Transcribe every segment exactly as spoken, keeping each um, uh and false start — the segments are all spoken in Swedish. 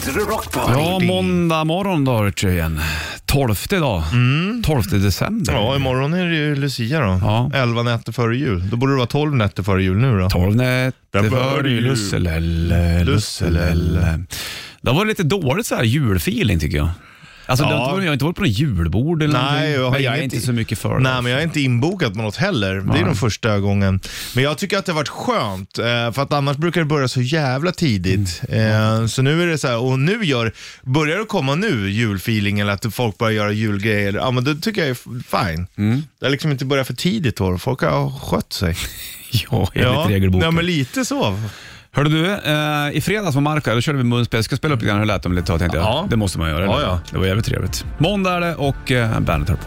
to the Rock Party. Ja, måndag morgon då, Richie, igen. tolfte dag. Mm. tolfte december. Ja, imorgon är det ju Lucia då. Ja. elva nätter före jul. Då borde det vara tolv nätter före jul nu då. tolv nätter före jul. Lusselelle, lusselelle. Det var lite dåligt så här julfeeling tycker jag. Alltså, Ja. det har inte varit, jag har inte varit på någon julbord eller Nej, någonting, jag har men jag är inget- inte så mycket för det. Nej, men jag är inte inbokat med något heller. Det är Nej. den första gången. Men jag tycker att det har varit skönt, eh, för att annars brukar det börja så jävla tidigt. Mm. Eh, så nu är det så här, och nu gör, börjar det komma nu julfeeling eller att folk börjar göra julgrejer, ja men det tycker jag är f- fine. Mm. Det har liksom inte börjat för tidigt då, folk har skött sig. Ja, enligt regelboken. ja, men lite så. Hörde du, eh, i fredags var Marco, då körde vi munspel. Jag ska spela upp lite grann hur det lät om lite tag, tänkte jag. Ja. Det måste man göra. Ja, eller? ja. Det var jävligt trevligt. Måndag är det och eh, bandet hör på.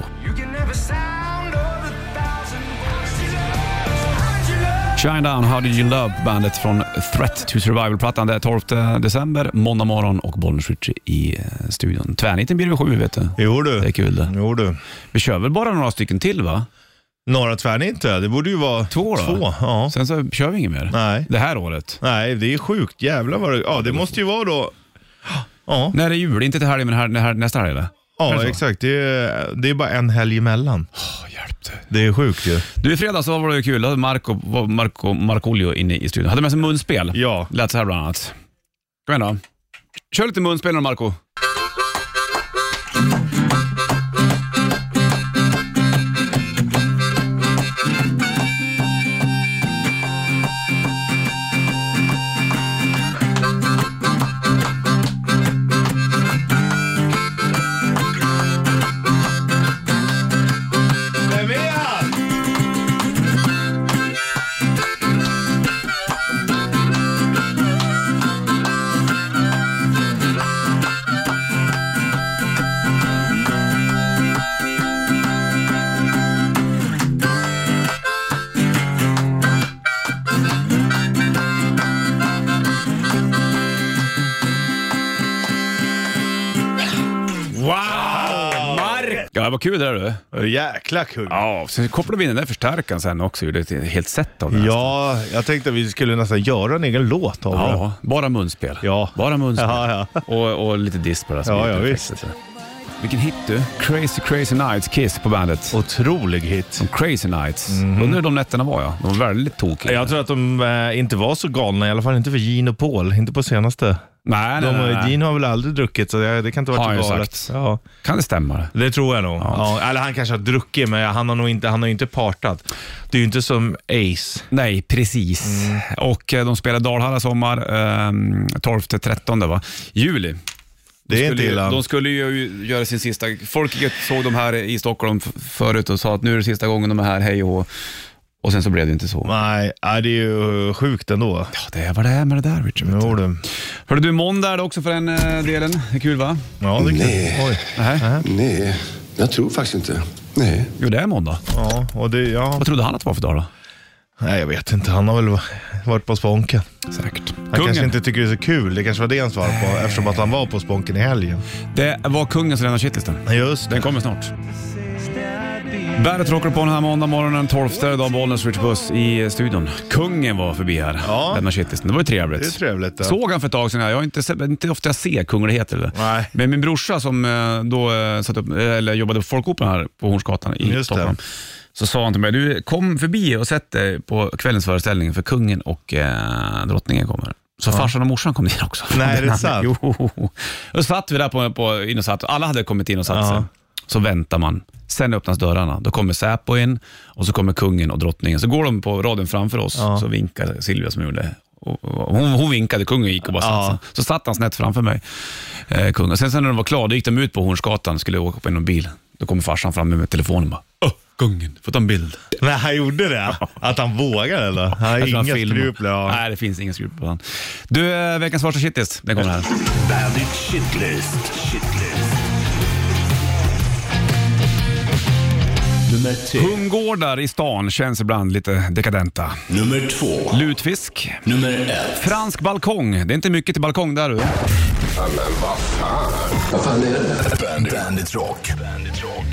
Shine Down, How Did You Love, bandet från Threat to Survival-plattan. Det är tolfte december, måndag morgon och Bollnäs Ritchie i eh, studion. Tvärniten blir det sju, vet du. Jo du. Det är kul det. Jo du. Vi kör väl bara några stycken till, va? Norra tvärnite, det borde ju vara Två då? två ja. Sen så kör vi inget mer. Nej. Det här året. Nej, det är sjukt. Jävlar vad det... Ja, det måste ju vara då... Ja, När är jul? Inte till helgen, men här, här, nästa helg, eller? Är ja det så? exakt. Det är, det är bara en helg emellan. Åh, hjälp det. Det är sjukt ju. Du, i fredags så var det kul. Då hade Marco, var Marco Markoolio inne i studion. Hade med sig munspel. Ja. Lät så här bland annat. Kom igen då. Kör lite munspel nu, Marco. Wow! Mark! Ja, vad kul det är du. Jäkla kul. Ja, sen kopplade vi in den där förstärkaren sen också. Det är ett helt set av det. Ja, jag tänkte att vi skulle nästan göra en egen låt av det. Ja, bara munspel. Ja. Bara munspel. Ja, ja. Och, och lite diss på det. Ja, ja, visst. Vilken hit du. Crazy Crazy Nights, Kiss på bandet. Otrolig hit. Som Crazy Nights. Mm. Undrar hur de nätterna var, ja. De var väldigt tokiga. Jag tror att de äh, inte var så galna, i alla fall inte för Gene och Paul. Inte på senaste. Nej, De, nej, nej. Gene har väl aldrig druckit, så det, det kan inte Har vara han så ju galet. sagt. Ja. Kan det stämma? Det? Det tror jag nog. Ja. Eller han kanske har druckit, men han har nog inte, han har ju inte partat. Det är ju inte som Ace. Nej, precis. Mm. Och eh, de spelar Dalhalla sommar eh, tolfte trettonde va? Juli. Det är skulle inte ju, illa. de skulle ju göra sin sista... Folk såg de här i Stockholm f- förut och sa att nu är det sista gången de är här, hej och hå. Och sen så blev det inte så. Nej, nej, det är ju sjukt ändå. Ja, det är vad det är med det där, Richard. vet du. Jo, du. Hörde du, måndag är det också för den eh, delen. Det är kul, va? Ja, det är kul. Nej. Oj. Nej. Nej, jag tror faktiskt inte. Nej. Jo, det är måndag. Ja, och det, ja. Vad trodde han att det var för dag då? Nej, jag vet inte. Han har väl varit på Sponken. Säkert. Han kanske inte tycker det är så kul. Det kanske var det han svarade på, eftersom att han var på Sponken i helgen. Det var kungens rena shitlisten. Just Den kommer snart. Bandet rockar på den här måndag morgonen, tolfte dag, Bollnäs Ritchie Puss i studion. Kungen var förbi här. Ja. Den här shitlisten. Det var ju trevligt. Det är trevligt. Ja. Såg han för ett tag sedan här. Jag har inte, sett- inte ofta jag ser kungligheter. Eller? Nej. Men min brorsa som eh, då eh, satt upp, eller jobbade på Folkoperan här på Hornsgatan i Just det. Stockholm. Så sa han till mig, du kom förbi och sätt dig på kvällens föreställning för kungen och eh, drottningen kommer. Så farsan och morsan kom in också. Nej, är det sant? Jo. Då satt vi där på, på, in och satt. Alla hade kommit in och satt Ja. sig. Så väntar man. Sen öppnas dörrarna. Då kommer Säpo in och så kommer kungen och drottningen. Så går de på raden framför oss. Ja. Så vinkar Silvia som gjorde. Och, och hon, hon vinkade, kungen gick och bara Ja. satt sig. Så satt han snett framför mig. Eh, kungen. Sen, sen när de var klara, då gick de ut på Hornsgatan och skulle åka på en bil. Då kommer farsan fram med telefonen och bara, åh, kungen, får ta en bild. Nej, han gjorde det? Att han vågar eller? Han har Jag tror han inga filmar. skrupler. Ja. Nej, det finns inga skrupler på han. Du, eh, veckans första shitlist, den kommer här. Bandit Shitlist. Shitlist. Nummer tre. Hundgårdar i stan känns ibland lite dekadenta. Nummer två. Lutfisk. Nummer ett. Fransk balkong. Det är inte mycket till balkong där du. Men vad fan? Vad fan är det? Bandit, Bandit Rock. Bandit Rock.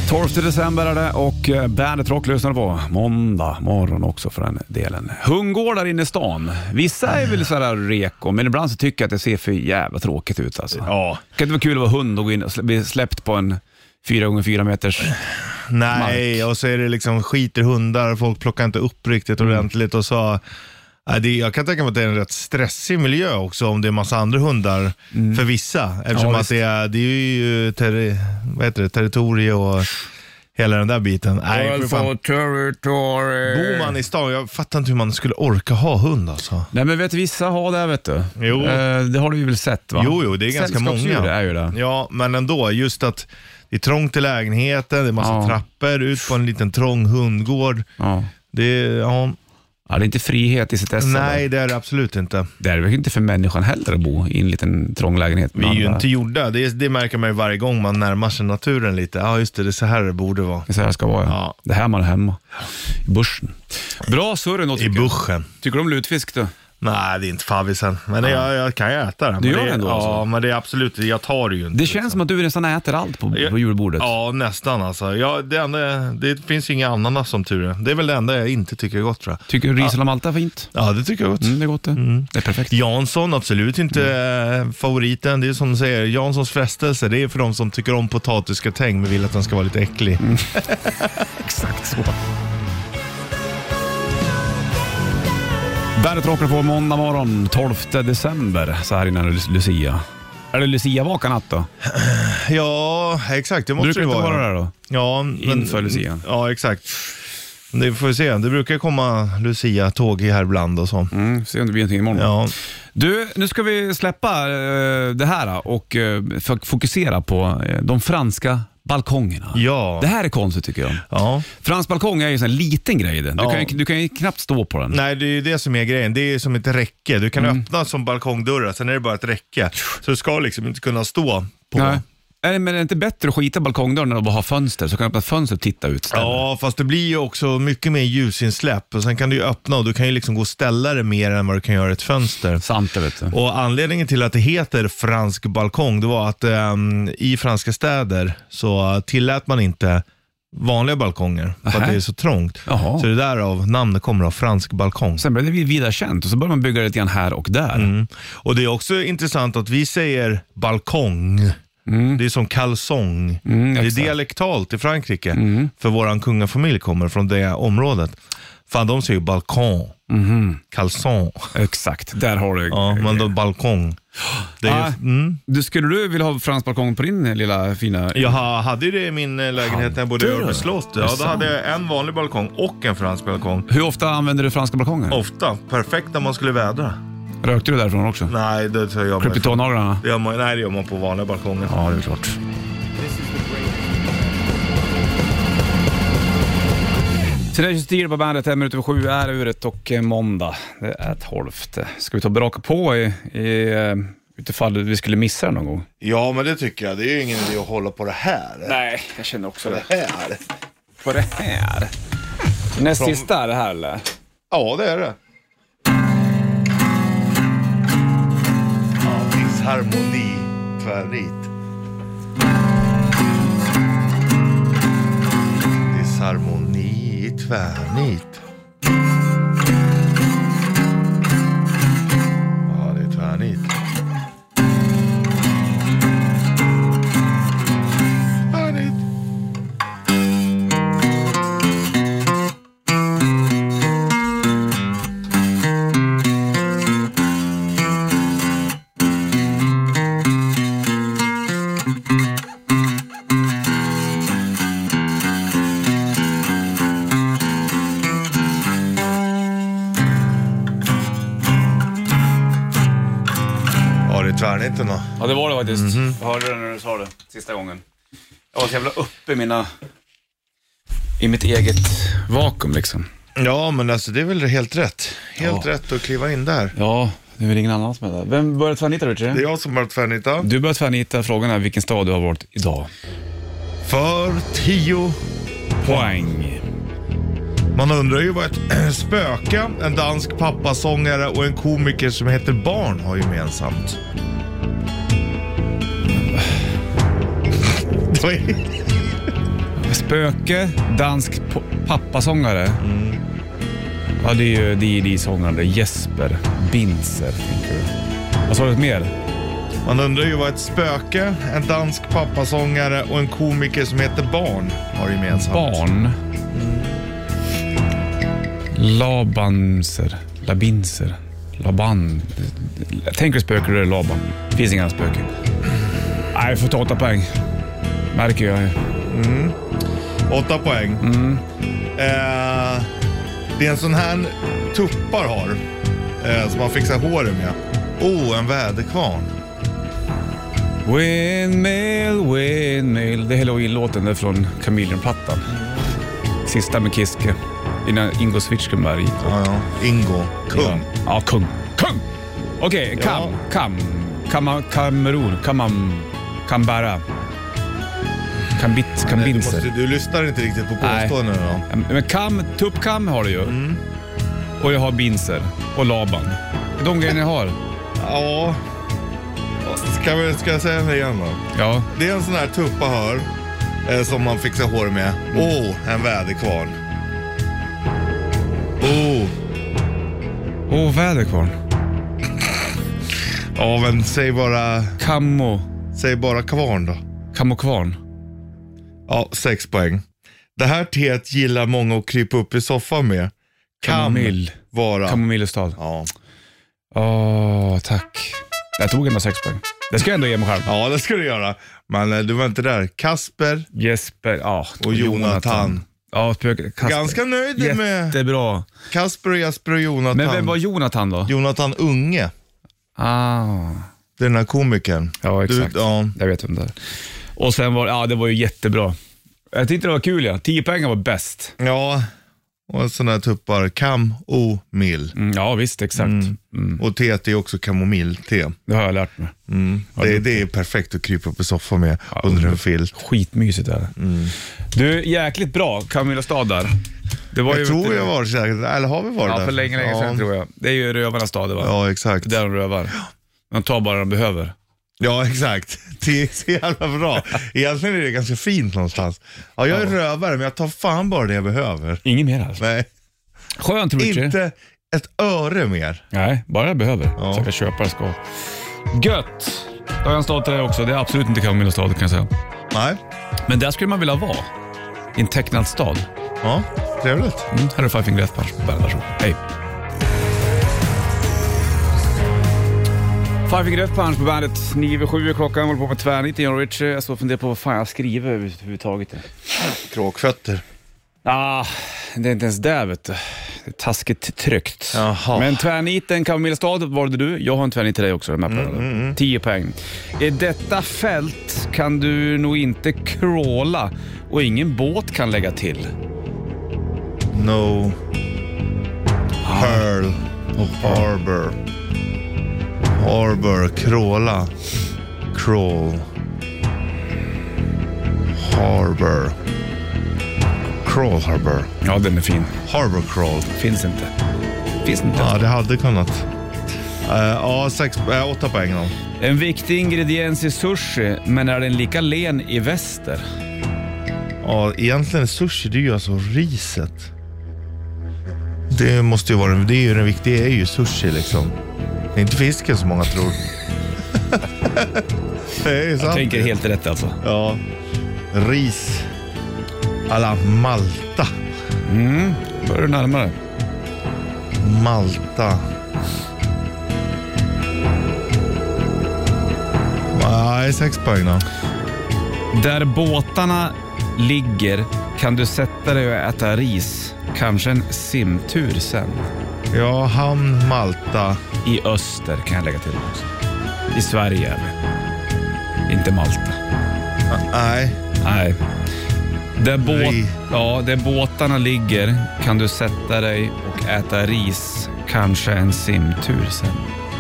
tolfte december är det och Bandet Rock lyssnar på måndag morgon också för den delen. Hundgårdar inne i stan. Vissa är väl sådär reko, men ibland så tycker jag att det ser för jävla tråkigt ut alltså. Ja. Kan det vara kul att vara hund och gå in och bli släppt på en fyra gånger fyra meters Nej, mark. och så är det liksom skiter hundar, folk plockar inte upp riktigt ordentligt och så... Ja, det, jag kan tänka mig att det är en rätt stressig miljö också om det är massa andra hundar mm. för vissa. Eftersom ja, att det är, det är ju ter, vad heter det, territorie och hela den där biten. Nej, för fan. Bor man i stan, jag fattar inte hur man skulle orka ha hund alltså. Nej, men vet vissa har det, vet du. Jo. Eh, det har du ju väl sett, va? Jo, jo, det är ganska många. Det är ju det. Ja, men ändå, just att det är trångt i lägenheten, det är massa ja. trappor ut på en liten trång hundgård. Ja. Det är, ja... Ja, det är inte frihet i sitt esse. Nej, det är det absolut inte. Det är väl inte för människan heller att bo i en liten trång lägenhet. Vi är ju inte gjorda. Det, det märker man ju varje gång man närmar sig naturen lite. Ja, just det. Det är så här det borde vara. Det är så här det ska vara, ja. Ja. Det här man är hemma. I börsen. Bra surren då, I tycker jag. buschen. Tycker du om lutfisk då? Nej, det är inte favisen. Men det, jag, jag kan ju äta det. Du Men gör det, det ändå Ja, alltså? men det är absolut, jag tar det ju inte. Det känns liksom. som att du nästan äter allt på, på julbordet. Ja, nästan alltså. Ja, det, enda, det finns ju inga ananas som tur är. Det är väl det enda jag inte tycker är gott, tror jag. Tycker du ris eller malta är fint? Ja, det tycker jag är gott. Mm, det är gott det. Mm. Det är perfekt. Jansson, absolut inte mm. favoriten. Det är som du säger, Janssons frestelse. Det är för de som tycker om potatisgratäng men vill att den ska vara lite äcklig. Mm. Exakt så. Bandet rockar på måndag morgon, tolfte december, så här innan Lucia. Är det Lucia-vaka natt då? Ja, exakt. Det måste brukar det inte vara. vara där då? Ja, men, inför Lucia. Ja, exakt. Det får vi se. Det brukar komma Lucia-tåg här ibland och så. Mm, se om det blir någonting imorgon. Ja. Du, nu ska vi släppa uh, det här och uh, fokusera på uh, de franska balkongerna. Ja. Det här är konstigt tycker jag. Ja. Fransk balkong är ju en sån liten grej. Du, Ja. kan, ju- du kan ju knappt stå på den. Nej, det är ju det som är grejen. Det är som ett räcke. Du kan Mm. öppna som balkongdörrar, sen är det bara ett räcke. Så du ska liksom inte kunna stå på. Nej. Är det, men är det inte bättre att skita balkongdörren när du bara har fönster, så kan du öppna fönster och titta ut istället? Ja, fast det blir ju också mycket mer ljusinsläpp. Och sen kan du ju öppna och du kan ju liksom gå och ställa det mer än vad du kan göra i ett fönster. Sant det, vet du. Och anledningen till att det heter fransk balkong, det var att um, i franska städer så tillät man inte vanliga balkonger för Aha. att det är så trångt. Jaha. Så det är därav namnet kommer av fransk balkong. Sen blev det vidare känt och så börjar man bygga det lite grann här och där. Mm. Och det är också intressant att vi säger balkong. Mm. Det är som kalsong. Mm, det är exakt. dialektalt i Frankrike. Mm. För våran kungafamilj kommer från det området. Fan, de säger balkon. Mhm. Kalsong. Exakt, där har du. Ja, men då balkong. Det är Ah. ju, mm. Du, skulle du vilja ha fransk balkong på din lilla fina... Jag ha- hade ju det i min eh, lägenhet när jag bodde i Hade du? Örby slott. Är Ja, det då sant? hade jag en vanlig balkong och en fransk balkong. Hur ofta använder du franska balkonger? Ofta. Perfekt när man skulle vädra. Rökte du därifrån också? Nej, det gör man Klipp i tånaglarna? det gör man, nej, det gör man på vanliga balkonger. Ja, det är klart. Teenage Steer på bandet, en minut över sju är uret och eh, måndag. Det är tolfte. Ska vi ta och braka på i, i, eh, utifall vi skulle missa det någon gång? Ja, men det tycker jag. Det är ju ingen idé att hålla på det här. Nej, jag känner också det. Det här. På det här. Näst Från- sista är det här eller? Ja, det är det. Ja, disharmoni. Tvärnit. Disharmoni i tvärnit. Ja, det är tvärnit. Tvärnit. Ja, det är tvärniten då. Ja, det var det faktiskt. Mhm. Jag hörde det när du sa det sista gången. Jag var så jävla uppe i mina... I mitt eget vakuum liksom. Ja, men alltså det är väl helt rätt. Helt Ja. rätt att kliva in där. Ja, det är väl ingen annan som är där. Vem började tvärnita, Richard? Det är jag som har tvärnita. Du började tvärnita. Frågan är vilken stad du har varit idag. För tio. Poäng. Man undrar ju vad ett spöke, en dansk pappasångare och en komiker som heter Barn har gemensamt. Det var- Spöke, dansk po- pappasångare. Mm. Ja, det är ju det är de sångare. Jesper Binzer, tänker du. Vad sa du mer? Man undrar ju vad ett spöke, en dansk pappasångare och en komiker som heter Barn har gemensamt. Barn? Mm. Labanser. Labinser. Laban. Jag tänker spöker det är Laban. Det finns inga spöken. Nej, jag får ta åtta poäng. Märker jag. Mm. Åtta poäng. Mm. Eh, det är en sån här tuppar har. Eh, som man fixar håret med. Oh, en väderkvarn. Windmill, windmill. Det är Halloween-låten där från Chameleon-plattan. Sista med Kiske. Innan Ingo Switchkenberg. Ja, ja. Ingo. Kung. Ja, ja kung. Kung! Okej, okay, kam, ja. kam. Kam, Kamerun, kamam, kambara. Kambit, kambinser. Du, du lyssnar inte riktigt på påståendena då. Men kam, tuppkam har du ju. Mm. Och jag har binser. Och Laban. Det är de grejerna jag har. Ja. Ska, vi, ska jag säga det igen då? Ja. Det är en sån här tuppa hör eh, som man fixar hår med. Åh, mm. oh, en väderkvarn. Åh. Oh. Åh, oh, väderkvarn. Ja, men säg bara... Kammo. Säg bara kvarn då. Kammokvarn. Ja, sex poäng. Det här teet gillar många att krypa upp i soffan med. Kamomill. Vara. Kamomillestad. Ja. Åh, oh, tack. Jag tog ändå sex poäng. Det ska jag ändå ge mig själv. Ja, det ska du göra. Men du var inte där. Kasper. Jesper, ja. Och Jonathan. Ja, Kasper. Ganska nöjd Jättebra. med... Jättebra. Kasper och Jesper och Jonathan. Men vem var Jonathan då? Jonathan Unge. Ah. Den här komikern. Ja, exakt. Du, ja. Jag vet vem det är. Och sen var ja, det var ju jättebra. Jag tyckte det var kul, ja. Tio pengar var bäst. Ja, och sådana här tuppar. Kam och mill. Mm, ja, visst, exakt. Mm. Mm. Och teet är också kamomill-te. Det har jag lärt mig. Mm. Ja, det, det är perfekt att krypa upp i soffan med ja, under en filt. Skitmysigt är det. Mm. Du, jäkligt bra. Kamomillestad där. Det var jag ju tror inte... jag var så eller har vi varit ja, där? Ja, för länge, länge ja. sedan tror jag. Det är ju rövarnas stad, va? Ja, exakt. Det är de rövar. De tar bara de behöver. Ja, exakt. Det är så jävla bra. Egentligen är det ganska fint någonstans. Ja, jag är ja. rövare, men jag tar fan bara det jag behöver. Ingen mer alltså? Nej. Skönt, tror du? Inte ett öre mer. Nej, bara jag behöver. Ja. Så jag kan köpa det ska. Gött! Då har jag en stad till dig också. Det är absolut inte Kamomillestad, kan jag säga. Nej. Men där skulle man vilja vara. I en tecknad stad. Ja, trevligt. Mm, här är Five Finger Death Punch. Varsågod. Hej. Five Finger Death Punch på bandet. nio över sju klockan. Håller på på tvärnitton. Jag och Richie. Jag står och funderar på vad fan jag skriver överhuvudtaget. Kråkfötter. Ah, det är inte ens där, vet du. Det är taskigt tryckt. Jaha. Men tvärniten, Kamomillestad var det du. Jag har en tvärnit till dig också. Mm, mm, mm. tio poäng. I detta fält kan du nog inte crawla och ingen båt kan lägga till. No. Pearl. Oh, harbor. Harbor. Crawla. Crawl. Harbor. Crawl harbor. Ja, den är fin. Harbor crawl. Finns inte. Finns inte. Ja, det hade kunnat. Uh, ja, sex, äh, åtta poäng då. En viktig ingrediens i sushi, men är den lika len i väster? Ja, egentligen sushi, det är ju alltså riset. Det måste ju vara den, det är ju den viktiga, det är ju sushi liksom. Det är inte fisken som många tror. Det är ju sant. Jag tänker helt rätt alltså. Ja. Ris. Alla Malta. Mm, börjar du närmare. Malta. Nej, sex poäng då. Där båtarna ligger kan du sätta dig och äta ris. Kanske en simtur sen. Ja, hamn Malta. I öster kan jag lägga till också. I Sverige eller? Inte Malta. Nej. Nej. Där, båt, ja, där båtarna ligger kan du sätta dig och äta ris. Kanske en simtur sen.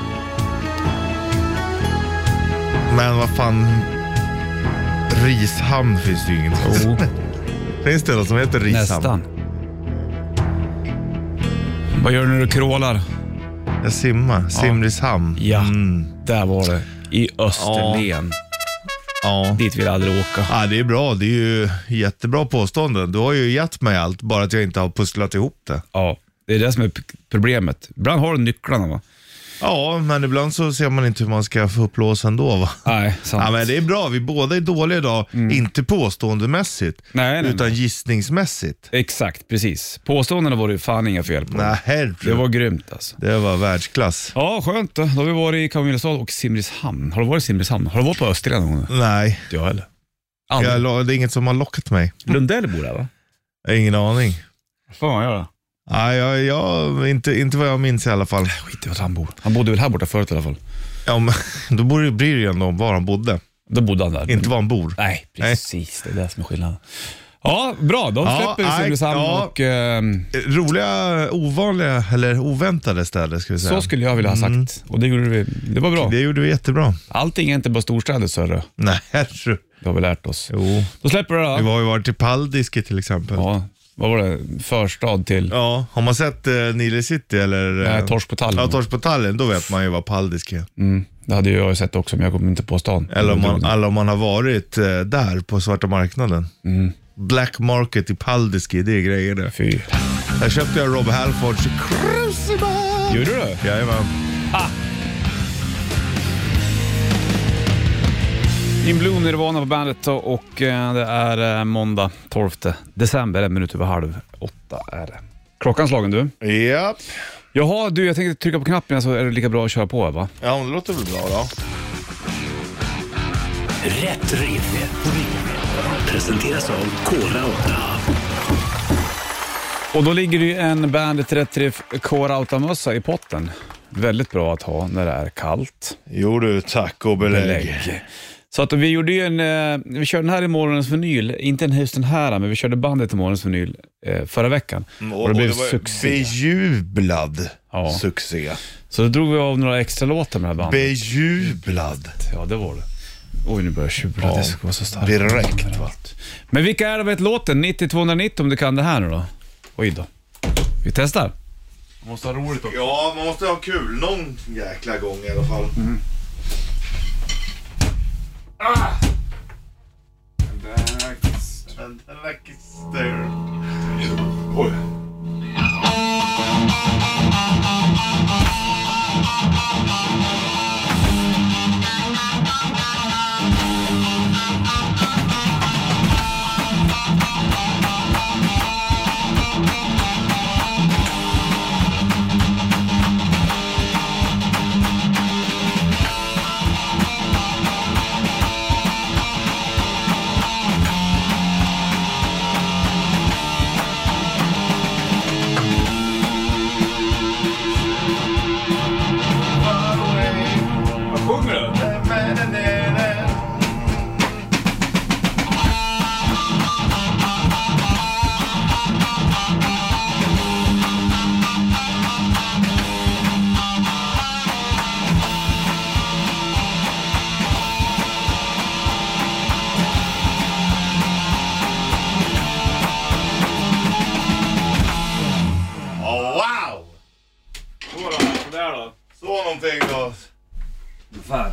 Men vad fan, Rishamn finns det ju inget. Oh. Finns det något som heter Rishamn? Nästan. Vad gör du när du crawlar? Jag simmar, Simrishamn. Ja, mm. där var det. I Österlen. Ja. Dit vill jag aldrig åka. Ja, det är bra. Det är ju jättebra påstående. Du har ju gett mig allt, bara att jag inte har pusslat ihop det. Ja, det är det som är p- problemet. Ibland har du nycklarna, va? Ja, men ibland så ser man inte hur man ska få upp låsen då, va? Nej, sant. Ja, men det är bra. Vi båda är dåliga idag. Mm. Inte påståendemässigt, nej, nej, utan nej. gissningsmässigt. Exakt, precis. Påståendena var det ju fan inga fel på. Nej, herre. Det var grymt alltså. Det var världsklass. Ja, skönt då. Då har vi varit i Kamilestad och Simrishamn. Har du varit i Simrishamn? Har du varit på Österlen någon gång? Nej, Inte jag heller. jag, det är inget som har lockat mig. Lundell bor där, va? Jag har ingen aning. Vad får man göra? Nej, jag, jag, inte, inte vad jag minns i alla fall. Skit i vart han bor. Han bodde väl här borta förut i alla fall. Ja, men, då borde det bli det ändå om var han bodde. Då bodde han där. Inte var han bor. Nej, precis. Det är det som är skillnaden. Ja, bra. De Ja, släpper nej, Simrishamn ja. och... ehm, Roliga, ovanliga eller oväntade städer ska vi säga. så skulle jag vilja ha sagt. Mm. Och det gjorde vi. Det var bra. Det gjorde vi jättebra. Allting är inte bara storstäder, sörre. Nej, herre. Det har vi lärt oss. Jo. Då släpper det då. Vi har ju varit i Paldiski till exempel. Ja. Ja, vad var det? Förstad till... Ja, har man sett eh, Nile City eller... Nej, eh, Torsk på Tallen. Ja, Torsk på Tallen, då vet man ju vad Paldiski är. Mm, det hade jag sett också, men jag kom inte på stan. Eller om man, eller om man har varit eh, där på svarta marknaden. Mm. Black Market i Paldiski, det är grejer det. Fy. Där köpte jag Rob Halfords Crucible. Gjorde du? Jajamän. In Blue Nirvana på bandet och eh, det är eh, måndag tolfte december, en minut över halv åtta är det. Klockan slagen du. Japp. Jaha, du, jag tänkte trycka på knappen så är det lika bra att köra på, va? Ja, men det låter väl bra då. Rätt riff. Presenteras av Kora åtta. Och då ligger det ju en Bandet Rätt Riff K-Rauta-mössa i potten. Väldigt bra att ha när det är kallt. Jo du, tack och belägg. Belägg. Så att vi gjorde ju en, eh, vi körde den här i morgonens vinyl, inte en just den här, men vi körde bandet i morgonens vinyl eh, förra veckan. Mm, och, och det blev var succé. Bejublad Ja. succé. Så då drog vi av några extra låtar med det här bandet. Bejublad. Ja, det var det. Oj, nu börjar jag tjubla. Ja, Det ska vara så starkt. direkt, va? Men vilka är det vet låten? nittio tvåhundranittio om du kan det här nu då. Oj då. Vi testar. Man måste ha roligt också. Ja, man måste ha kul någon jäkla gång i alla fall. Mm. Ah! And then I kissed. And then I kissed there. Oj. Vad sjunger du? Oh, wow! Så då, där då. Så någonting då. Ungefär.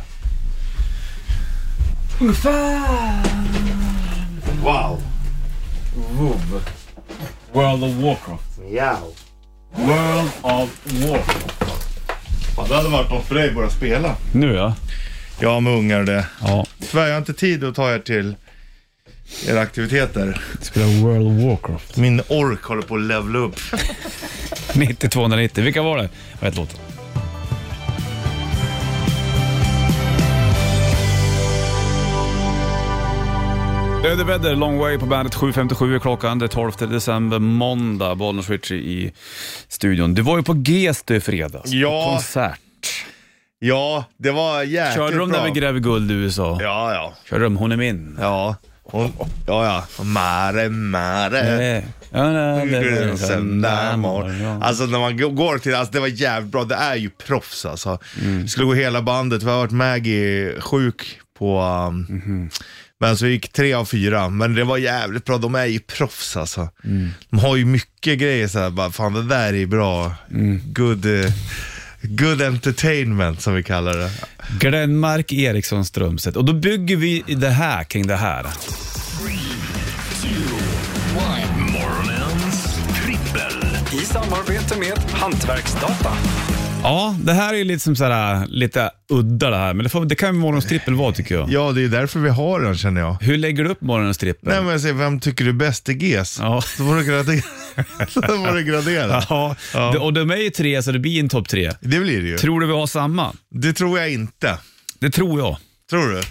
Ungefär. Wow. WoW. World of Warcraft. Ja. World of Warcraft. Fan, det hade varit något för dig att börja spela. Nu ja. Ja, med ungar det. Ja. Tyvärr, jag har inte tid att ta er till era aktiviteter. Spela World of Warcraft. Min ork håller på att levela upp. nittio tvåhundranittio. Vilka var det? Vad heter låten? The Weather, Long Way på bandet. Sju femtiosju är klockan. Det tolfte december, måndag. Bollnäs Ritchie i studion. Du var ju på Gest i fredags. Ja. På konsert. Ja, det var jäkligt bra. Körde de där vi gräver guld i U S A? Ja, ja. Körde de Hon är min? Ja. Hon, ja, ja. Mare, mare. Nej. Ja, nej, det är en Söndag morgon. Alltså när man går till, alltså det var jävligt bra. Det är ju proffs alltså. Mm. Det skulle gå hela bandet. Vi har varit Maggie sjuk på um, Mm-hmm. men så gick tre av fyra. Men det var jävligt bra. De är ju proffs alltså. Mm. De har ju mycket grejer så här, bara, fan det där är bra. Mm. Good uh, good entertainment som vi kallar det. Glenmark Eriksson Strömstedt. Och då bygger vi det här kring det här. Morgonens trippel. I samarbete med Hantverksdata. Ja, det här är lite som såhär, lite udda det här. Men det, får, det kan ju morgonens trippel vara, tycker jag. Ja, det är därför vi har den, känner jag. Hur lägger du upp morgonens trippel? Nej, men jag säger, vem tycker du är bäst i G S? Ja. Så får du gradera. Så får du gradera. Ja, Ja. Det, och de är ju tre, så det blir en topp tre. Det blir det ju. Tror du vi har samma? Det tror jag inte. Det tror jag. Tror du?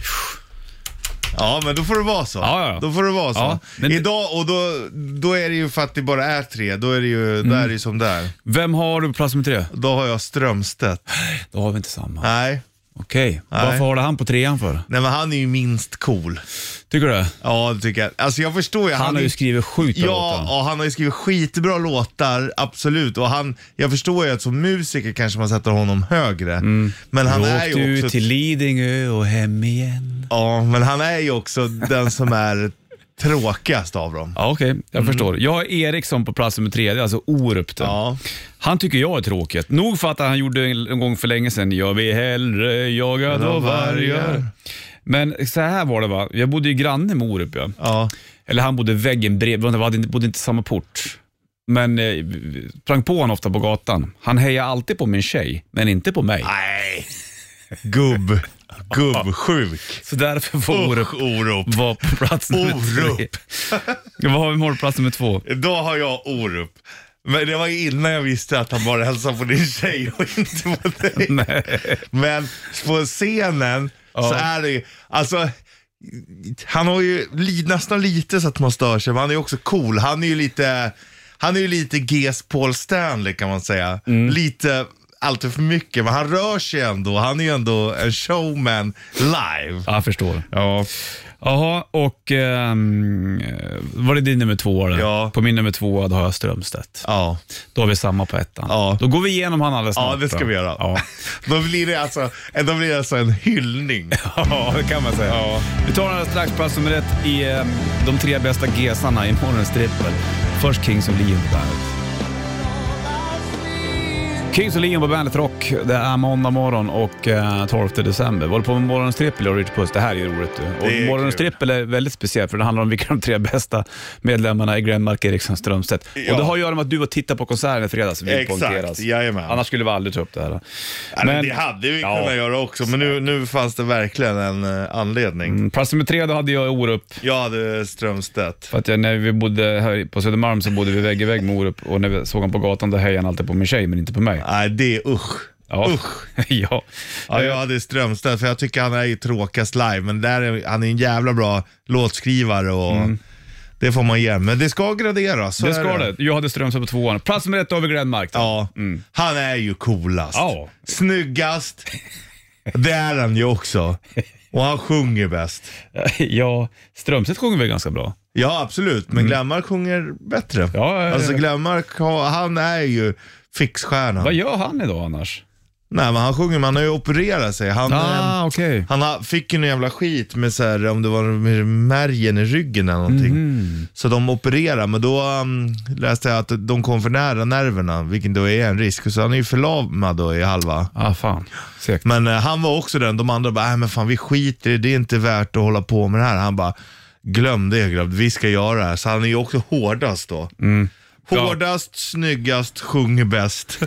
Ja, men då får det vara så. Ja, ja. Då får det vara så. Ja, men Idag, och då, då är det ju för att det bara är tre. Då är det ju, mm. där är det ju som där. Vem har du på plats med tre? Då har jag Strömstedt. Då har vi inte samma. Nej. Okej, varför har du han på trean för? Nej, men han är ju minst cool. Tycker du? Ja, det tycker jag. Alltså jag förstår ju. Han, han har ju skrivit sjukt bra Ja, låtar. och han har ju skrivit skitbra låtar, absolut. Och han, jag förstår ju att som musiker kanske man sätter honom högre. Mm. Men han är ju också... ut till Lidingö och hem igen. Ja, men han är ju också den som är tråkigast av dem. Ja, okej, okay, jag mm. förstår. Jag har Eriksson på plats med tredje, alltså Orup. Ja. Han tycker jag är tråkigt. Nog för att han gjorde en gång för länge sedan, jag vill hellre jaga då vargar. Men så här var det, va? Jag bodde ju granne med Orup, ja. Ja. Eller han bodde väggen bredvid, vi bodde, bodde inte samma port. Men eh, sprang på honom ofta på gatan. Han hejar alltid på min tjej, men inte på mig. Nej. Gubb. Gubbsjuk. Så därför får Orup, Orup vara på plats nummer tre. Vad har vi på plats nummer två? Då har jag Orup. Men det var innan jag visste att han bara hälsade på din tjej och inte på dig. Nej. Men på scenen ja. Så är det ju, alltså han har ju li, nästan lite så att man stör sig, men han är ju också cool. Han är ju lite, han är ju lite G S Paul Stanley, kan man säga. Mm. Lite alltid för mycket, men han rör sig ändå. Han är ju ändå en showman live. Ja, jag förstår. Ja. Jaha, och um, var det din nummer två? Ja. På min nummer två då har jag Strömstedt. Ja. Då har vi samma på ettan. Ja. Då går vi igenom han alldeles snart. Ja, det ska då. vi göra. Ja. Då blir det alltså, då blir det alltså en hyllning. Ja, det kan man säga. Ja. Vi tar den strax plats nummer ett i um, de tre bästa gesarna i morgonens trippel. Först Kings of Leon på bandet. Kings of Leon på Bandet Rock. Det är måndag morgon och uh, tolfte december. Vi håller på med morgonens trippel och Richard Puss. Det här är ju roligt. Och morgonens kul. Trippel är väldigt speciellt, för det handlar om vilka de tre bästa medlemmarna i Glenmark Eriksson Strömstedt. Ja. Och det har att göra med att du var titta på konserten i fredags. Exakt, jajamän. Annars skulle vi aldrig ta upp det här. Ja, men det hade vi ja. kunnat göra också, men nu, nu fanns det verkligen en uh, anledning. Mm, plats nummer tre, då hade jag Orup. Jag hade Strömstedt. För att jag, när vi bodde här på Södermalm så bodde vi vägg i vägg med Orup, och när vi såg han på gatan då hejade han alltid på min tjej, men inte på mig. Nej, det är usch. Ja. Usch. ja. ja, jag hade Strömstedt, för jag tycker han är ju tråkigast live, men där är, han är en jävla bra låtskrivare och mm. det får man ge. Men det ska graderas. Det ska det. det. Jag hade Strömstedt på tvåan. Plats med rätt över Glenmark. Ja, mm. Han är ju coolast. Ja. Snyggast. Det är han ju också. Och han sjunger bäst. Ja, Strömstedt sjunger väl ganska bra. Ja, absolut. Men mm. Glenmark sjunger bättre. Ja, ja, ja. Alltså Glenmark, han är ju fixstjärnan. Vad gör han idag annars? Nej, men han sjunger, man har ju opererat sig. Han, ah, eh, okay. han har, fick ju en jävla skit med så här, om det var märgen i ryggen eller någonting. Mm. Så de opererar, men då um, läste jag att de kom för nära nerverna, vilket då är en risk. Så han är ju förlamad då i halva. Ah, fan. Säkert. Men uh, han var också den, de andra bara, äh, men fan vi skiter i det, det är inte värt att hålla på med det här. Han bara, glöm det grabb, vi ska göra det här. Så han är ju också hårdast då. Mm. Hårdast, ja. Snyggast, sjunger bäst.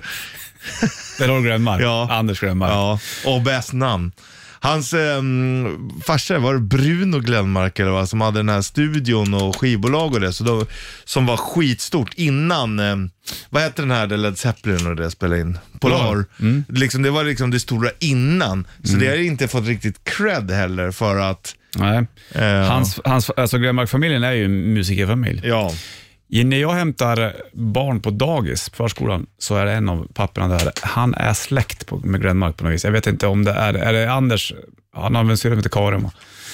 Det är Glenmark. Ja. Anders Glenmark. Ja, och bäst namn. Hans eh, farsa var det Bruno Glenmark eller vad, som hade den här studion och skivbolag och det, så då, som var skitstort innan eh, vad heter den här där Led Zeppelin och det spelade in? Polar. Mm. Liksom, det var liksom det stora innan. Så mm. det har inte fått riktigt cred heller för att nej. Eh, hans, hans, alltså Glenmark-familjen är ju en musikerfamilj. Ja. När jag hämtar barn på dagis, på förskolan, så är det en av papperna där. Han är släkt på, med Glenmark på något vis. Jag vet inte om det är, är det Anders, han har en syster som heter Karin.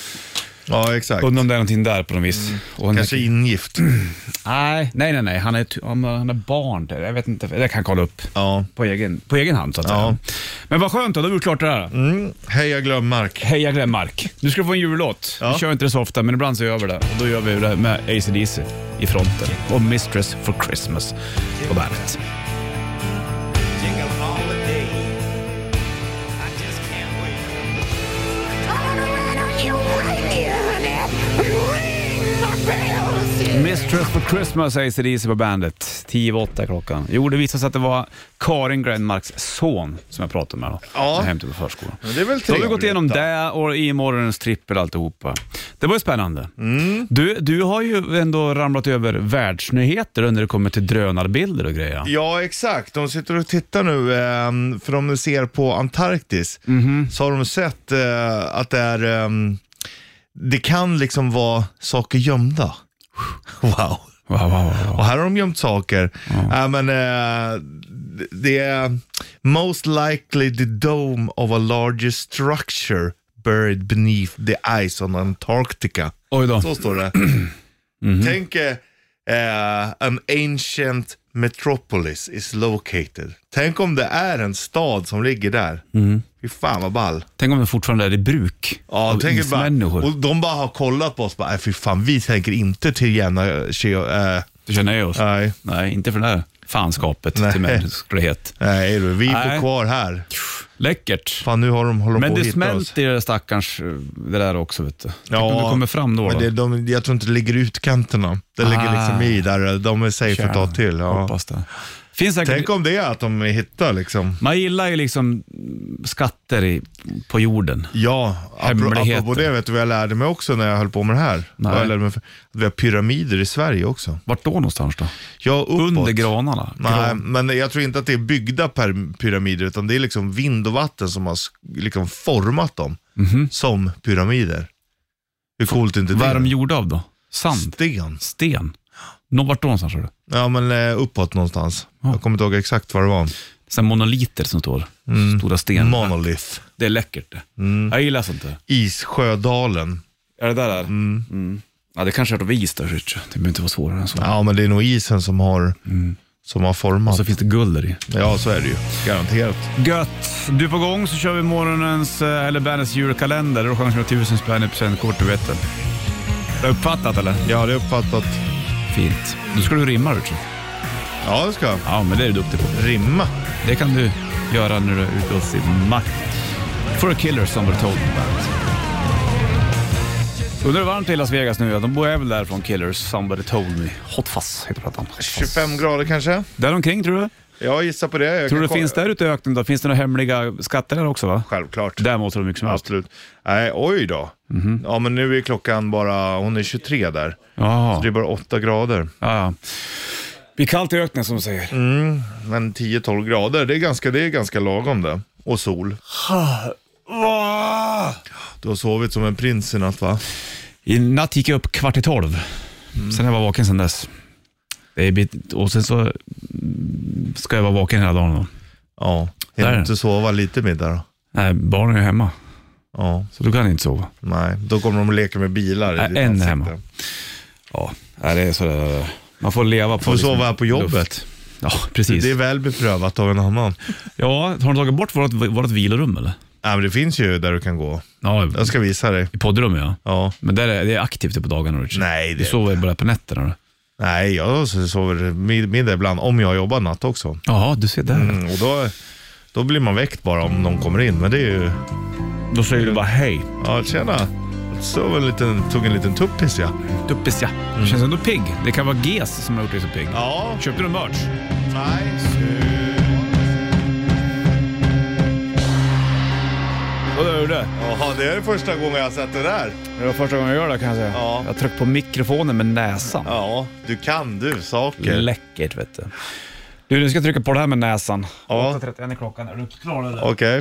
Ja, exakt. Undrar om det är någonting där på något vis. Mm. Och kanske är ingift. nej, nej, nej, nej. Han är, han är barn där. Jag vet inte, det kan jag kolla upp ja. på, egen, på egen hand så att ja. säga. Men vad skönt då, då har vi klart det här. Mm. Heja Glenmark. Heja Glenmark. Nu ska du få en jullåt. Ja. Vi kör inte det så ofta, men ibland så gör vi det. Och då gör vi det med A C D C i fronten. Och Mistress for Christmas på bandet. Mistress for Christmas säger A C D C på bandet. tio åtta klockan. Jo, det visade sig att det var Karin Grenmarks son som jag pratade med då. Ja. Hem till förskolan. Men det är väl Då har vi trevligt, gått igenom då. det och i morgonens trippel alltihopa. Det var ju spännande. Mm. Du, du har ju ändå ramlat över världsnyheter när det kommer till drönarbilder och grejer. Ja, exakt. De sitter och tittar nu, eh, för om du ser på Antarktis Mhm. så har de sett eh, att det är, eh, det kan liksom vara saker gömda. Wow. Wow, wow, wow. Och här har de gömt saker. Ja. men, eh, det är most likely the dome of a larger structure buried beneath the ice on Antarctica. Oj då. Så står det. Tänk eh, an ancient metropolis is located. Tänk om det är en stad som ligger där. Mm. Fy fan vad ball. Tänk om det fortfarande är i bruk Ja, av tänk bara, ismänniskor. och de bara har kollat på oss. Bara, fy fan, vi tänker inte tillgärna. Äh, Du känner jag oss? nej. Nej, inte för det här fanskapet Nej. till mänsklighet. Nej, du, vi Nej. får kvar här. Läckert. Fan, nu har de hållit Men på det att hitta oss. smälter i det stackarns, det där också, vet du. Ja, Tänk om det kommer fram då. Men då. det, de, jag tror inte det ligger i utkanterna. Det Ah. ligger liksom i där. De är safe att ta till. Ja. Hoppas det. Finns säkert... Tänk om det är att de hittar liksom. Man gillar ju liksom skatter i, på jorden. Ja, Hemligheter. apropå det vet du vad jag lärde mig också när jag höll på med det här. Nej. Jag lärde mig att vi har pyramider i Sverige också. Vart då någonstans då? Ja, uppåt. Under granarna? Nej, Gran. men jag tror inte att det är byggda per pyramider, utan det är liksom vind och vatten som har sk- liksom format dem som pyramider. Hur coolt är inte det? Vad är de gjorda av då? Sand? Sten. Sten? Nå, vart då någonstans, tror du? Ja, men eh, uppåt någonstans. Ja. Jag kommer inte ihåg exakt vad det var. Sen monoliter som står. Stora stenar. Monolith. Det är läckert det. Jag gillar sånt där. Issjödalen. Är det där? där? Mm. Ja, det kanske är av is där, Richard. Det behöver inte vara svårare än så. Ja, men det är nog isen som har, som har format. Och så finns det guld där i. Ja, så är det ju. Garanterat. Gött. Du är på gång, så kör vi morgonens, eh, eller bandets julkalender. Då chansen att tusen spänn i presentkort, du vet det. Du har uppfattat, eller? Ja, det är uppfattat. Fint. Då ska du rimma, Richard. Ja, det ska jag. Ja, men det är du duktig på. Rimma. Det kan du göra när du är ute och simmar. For a Killer, Somebody Told Me About. Undrar det varmt i Las Vegas nu? De bor väl där från Killers, Somebody Told Me. Hot Fuzz heter plattan. tjugofem grader kanske? Där omkring, tror du? Jag gissar på det. Jag Tror du kan det finns kolla. där ute i öknen då? Finns det några hemliga skatter där också, va? Självklart. Där måste de mycket som helst. Absolut. Nej, oj då. Mhm. Ja, men nu är klockan bara, hon är tjugotre där. Jaha. Så det är bara åtta grader. Ja, ja. Det är kallt i öknen som de säger. Mm, men tio tolv grader, det är ganska, det är ganska lagom det. Och sol. Du har sovit som en prins i natt, va? I natt gick jag upp kvart i tolv. Sen har jag var vaken sen dess. Det är bit, och sen så mm, ska jag vara vaken hela dagen då. Ja. Där. Jag inte sova lite middag då? Nej, barnen är hemma. Ja. Så då kan jag inte sova. Nej, då kommer de att leka med bilar i Nej, ditt en ansikte. hemma. Ja, nej, det är sådär. Man får leva på... Får liksom sova här på jobbet. luft. Ja, precis. Det är väl beprövat av en annan. Ja, har du tagit bort vårt, vårt vilorum eller? Nej, men det finns ju där du kan gå. Ja, Jag ska visa dig. i poddrummet, ja. Ja. Men där är, det är aktivt på dagarna, Richard. Nej, det Du sover bara på nätterna då? Nej, jag sover mid- middag ibland om jag jobbar natt också. Jaha, du ser där. Mm, och då, då blir man väckt bara om någon kommer in. Men det är ju... Då säger du bara hej. Ja, tjena. Så en liten, tog en liten tuppis, ja. Duppis, ja. Det känns ändå pigg. Det kan vara G E S som har gjort dig så pigg. Ja. Köpte du merch? Nej. Vad gör du det? Jaha, det är första gången jag har sett det där. Det var första gången jag gör det, kan jag säga. Ja. Jag tryckte på mikrofonen med näsan. Ja, du kan du saker. Läckert, vet du. Du, nu ska jag trycka på det här med näsan. Ja. åtta trettioen är klockan. Är du klar eller? Okej.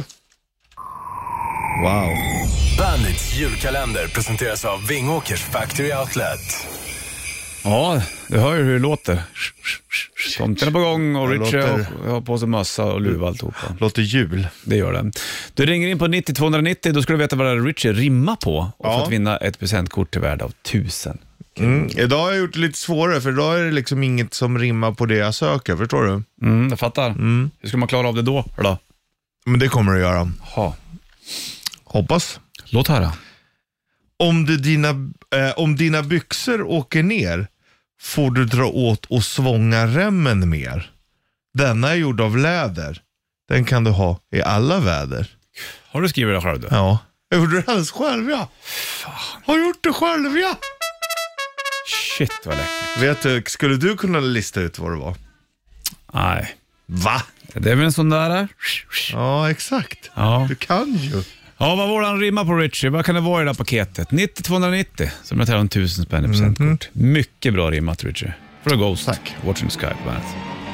Wow. Bandits julkalender presenteras av Vingåkers Factory Outlet. Ja, du hör ju hur det låter. Tomten är på gång och Det Richard låter- har på sig mössa och luva alltihopa. Låter jul. Det gör det. Du ringer in på nittio tvåhundranittio, då ska du veta vad Richard rimmar på. Och Ja. för att vinna ett presentkort till värde av tusen. Mm. Idag har jag gjort det lite svårare, för idag är det liksom inget som rimmar på det jag söker, förstår du? Mm, jag fattar. Hur ska man klara av det då? då? Men det kommer du göra. Ha. Hoppas. Låt höra. Om, du dina, eh, om dina byxor åker ner får du dra åt och svånga remmen mer. Denna är gjord av läder. Den kan du ha i alla väder. Har du skrivit det själv du? Ja. Jag gjorde det alldeles själv, ja. Har gjort det själv, ja. Shit vad läckert. Vet du, skulle du kunna lista ut vad det var? Nej. Va? Det är väl en sån där? Ja, exakt. Ja. Du kan ju. Ja, vad var det han rimma på, Richie? Vad kan det vara i det här paketet? nittio tvåhundranittio, som jag tar en tusen spänn i presentkort. Mm-hmm. Mycket bra rimmat, Richie. För a Ghost. Tack. Watching the Sky på bandet.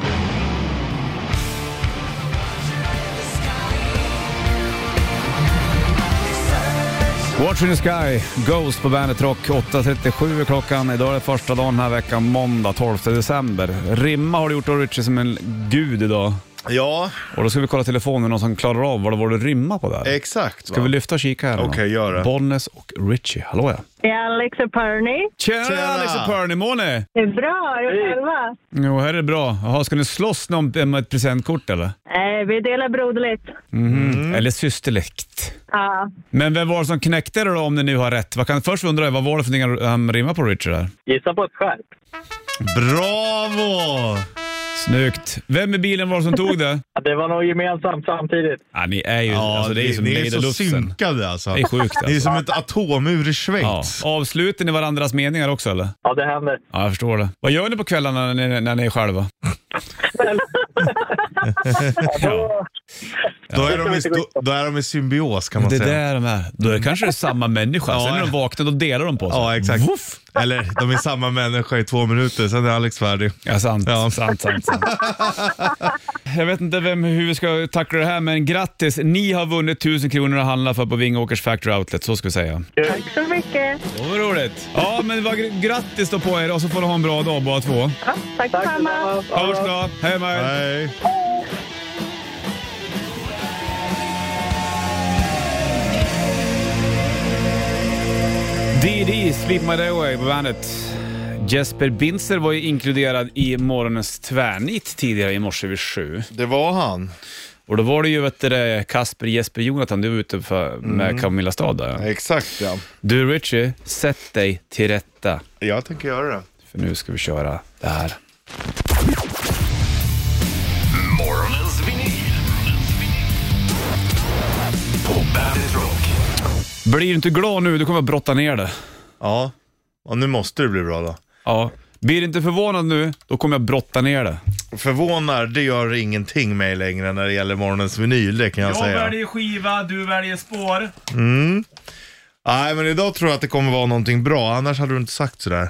Watching the Sky, Ghost på Bandet Rock. åtta trettiosju är klockan. Idag är det första dagen den här veckan, måndag tolfte december. Rimma har du gjort då, Richie, som en gud idag. Ja. Och då ska vi kolla telefonen, någon som klarar av vad det var du rimma på där. Exakt. Ska va? vi lyfta och kika här? Okej, okay, gör det. Bollnäs och Richie, hallå ja. Det är Alex och Perny. Tjena, Tjena. Alex och Perny, måne? Det är bra, är du själva? Jo, här är det bra. Jaha, ska ni slåss om ett presentkort eller? Nej, vi delar broderligt. Mm. Mm. Eller systerligt. Ja. Men vem var det som knäckte det då, om ni nu har rätt? Vad kan först undra, vad var det för några um, rimma på Richie där? Gissa på ett skärp. Bravo! Snyggt. Vem i bilen var det som tog det? Det var nog gemensamt samtidigt. Ja, ni är ju ja, alltså, det är ni, som ni är så lufsen. synkade alltså. Det är sjukt alltså. Ni är som ett atomur i Schweiz. Ja. Avslutar ni varandras meningar också eller? Ja, det händer. Ja, jag förstår det. Vad gör ni på kvällarna när ni, när ni är själva? ja. Då, är de i, då, då är de i symbios kan man det säga. Det är de är. Då är det kanske det samma människa. Ja, sen när de vaknar då delar de på sig. Ja, exakt. Vuff. Eller de är samma människa i två minuter, sen är Alex färdig. Ja, sant. Ja. sant, sant, sant. Jag vet inte vem, hur vi ska tackla det här, men grattis. Ni har vunnit tusen kronor att handla för på Vingåkers Factory Outlet, så ska vi säga. Tack så mycket. Det var roligt. Ja, men var grattis då på er och så får ni ha en bra dag bara två. Ja, tack tack detsamma. Hörs då. Hej med. Hej. D D, Sleep My Day Away på bandet. Jesper Binzer var ju inkluderad i morgonens tvärnit tidigare i morse vid sju. Det var han. Och då var det ju vet du, Kasper Jesper Jonathan, du var ute för, med mm. Camilla Stad där. Ja. Exakt, ja. Du Richie, sätt dig till rätta. Jag tänker göra det. För nu ska vi köra det här. Morgonens vinyl. På Bandet Rock. Blir du inte glad nu, du kommer att brotta ner det. Ja, och nu måste det bli bra då. Ja, blir du inte förvånad nu, då kommer jag brotta ner det. Förvånar, det gör ingenting mig längre när det gäller morgonens vinyl, det kan jag, jag säga. Jag väljer skiva, du väljer spår. Mm. Nej, men idag tror jag att det kommer vara någonting bra, annars hade du inte sagt sådär.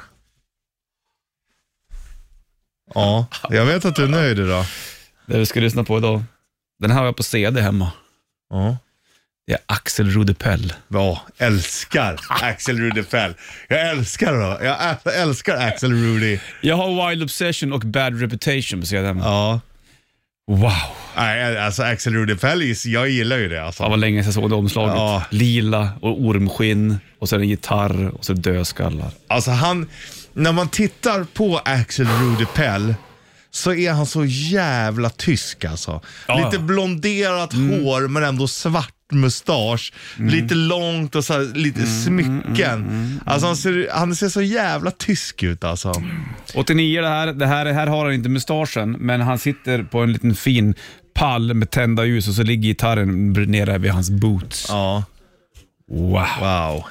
Ja, jag vet att du är nöjd idag. Det vi ska lyssna på idag, den här har jag på C D hemma. Ja. Det är Axel Rudepell. Ja, älskar Axel Rudepell. Jag älskar då. Jag älskar Axel Rudy. Jag har Wild Obsession och Bad Reputation på C D hemma. Ja. Wow. Nej, alltså Axel Rudepell, jag gillar ju det alltså. Ja, vad länge sedan jag såg det omslaget. Ja. Lila och ormskinn och så är det en gitarr och så dödskallar. Alltså han, när man tittar på Axel Rudepell så är han så jävla tysk alltså. Ja. Lite blonderat mm. hår men ändå svart mustasch, mm. lite långt och så här, lite mm, smycken. Mm, mm, alltså han ser, han ser så jävla tysk ut alltså. åttionio det här, det här, här har han inte mustaschen, men han sitter på en liten fin pall med tända ljus och så ligger gitarren nere vid hans boots. Ja. Wow. Wow.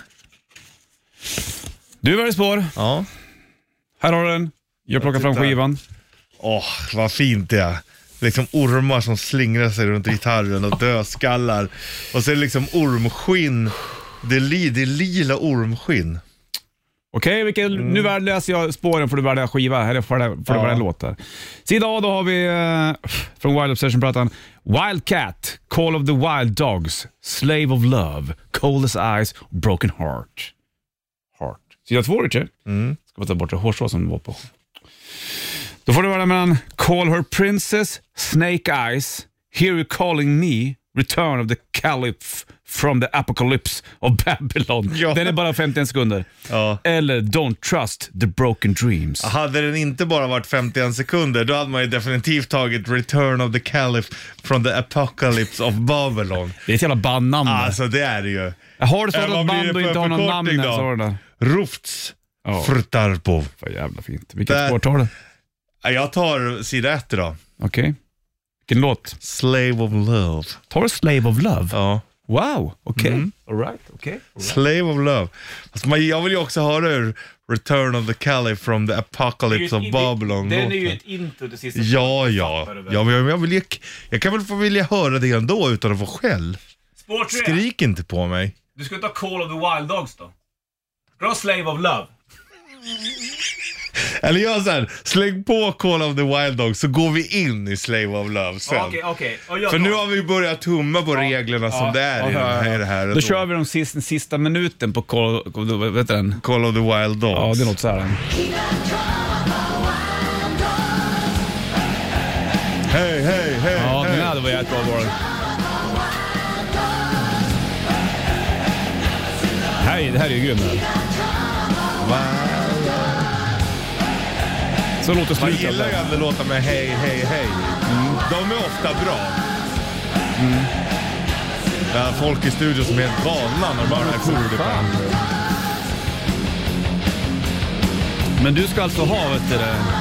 Du väljer spår. Ja. Här har du den. Jag plockar fram skivan. Åh, oh, vad fint det är. Liksom ormar som slingrar sig runt gitarren och dödskallar. Och så är det liksom ormskinn. Det är, li, det är lila ormskinn. Okej, okay, mm. nu läser jag spåren för du välja skiva. Eller för det, för ja. det låtar. Så idag då har vi uh, från Wild Obsession-plattan Wildcat, Call of the Wild Dogs, Slave of Love, Coldest Eyes, Broken Heart. Heart. Sida två, Richard. Mm. Ska vi ta bort det hårstrå som du var på. Då får det vara mellan Call Her Princess, Snake Eyes, Hear You Calling Me, Return of the Caliph from the Apocalypse of Babylon. Ja. Den är bara femtioen sekunder. Ja. Eller Don't Trust the Broken Dreams. Hade den inte bara varit femtioen sekunder, då hade man ju definitivt tagit Return of the Caliph from the Apocalypse of Babylon. Det är ett jävla bandnamn. Alltså det är det ju. Har du sådant band och inte har någon namn än, så där. Rufts oh. Frtarpov. Vad jävla fint. Vilket spår tar du? Jag tar sida ett idag. Okej. Okay. Vilken låt? Slave of Love. Tar du Slave of Love? Ja. Wow, okej. Okay. Mm. All right, okay. All right. Slave of Love. Alltså, man, jag vill ju också höra Return of the Caliph from the Apocalypse of Babylon. Den är ju ett intro till sista. Ja, ja. ja men jag, jag, vill, jag, jag kan väl få vilja höra det ändå utan att få skäll. Skrik inte på mig. Du ska ta Call of the Wild Dogs då. Bra Slave of Love. Eller jag så här, släng på Call of the Wild Dogs så går vi in i Slave of Love sen. Okej, okej. För nu har vi börjat tumma på ja. reglerna ja. som det är ja, i ja, ja. det här. Då, då kör vi de sista, sista minuten på Call, vad heter den? Call of the Wild Dogs. Ja, det är något så här. Hej, hej, hej. Ja, hey. den här var jättebra var den. Hej, det här är ju grymt. Så låter sluta. Man gillar ju ändå låta med hej, hej, hej. Mm. De är ofta bra. Mm. Det är folk i studion som är helt galna när de bara är cool. Men du ska alltså ha vet du,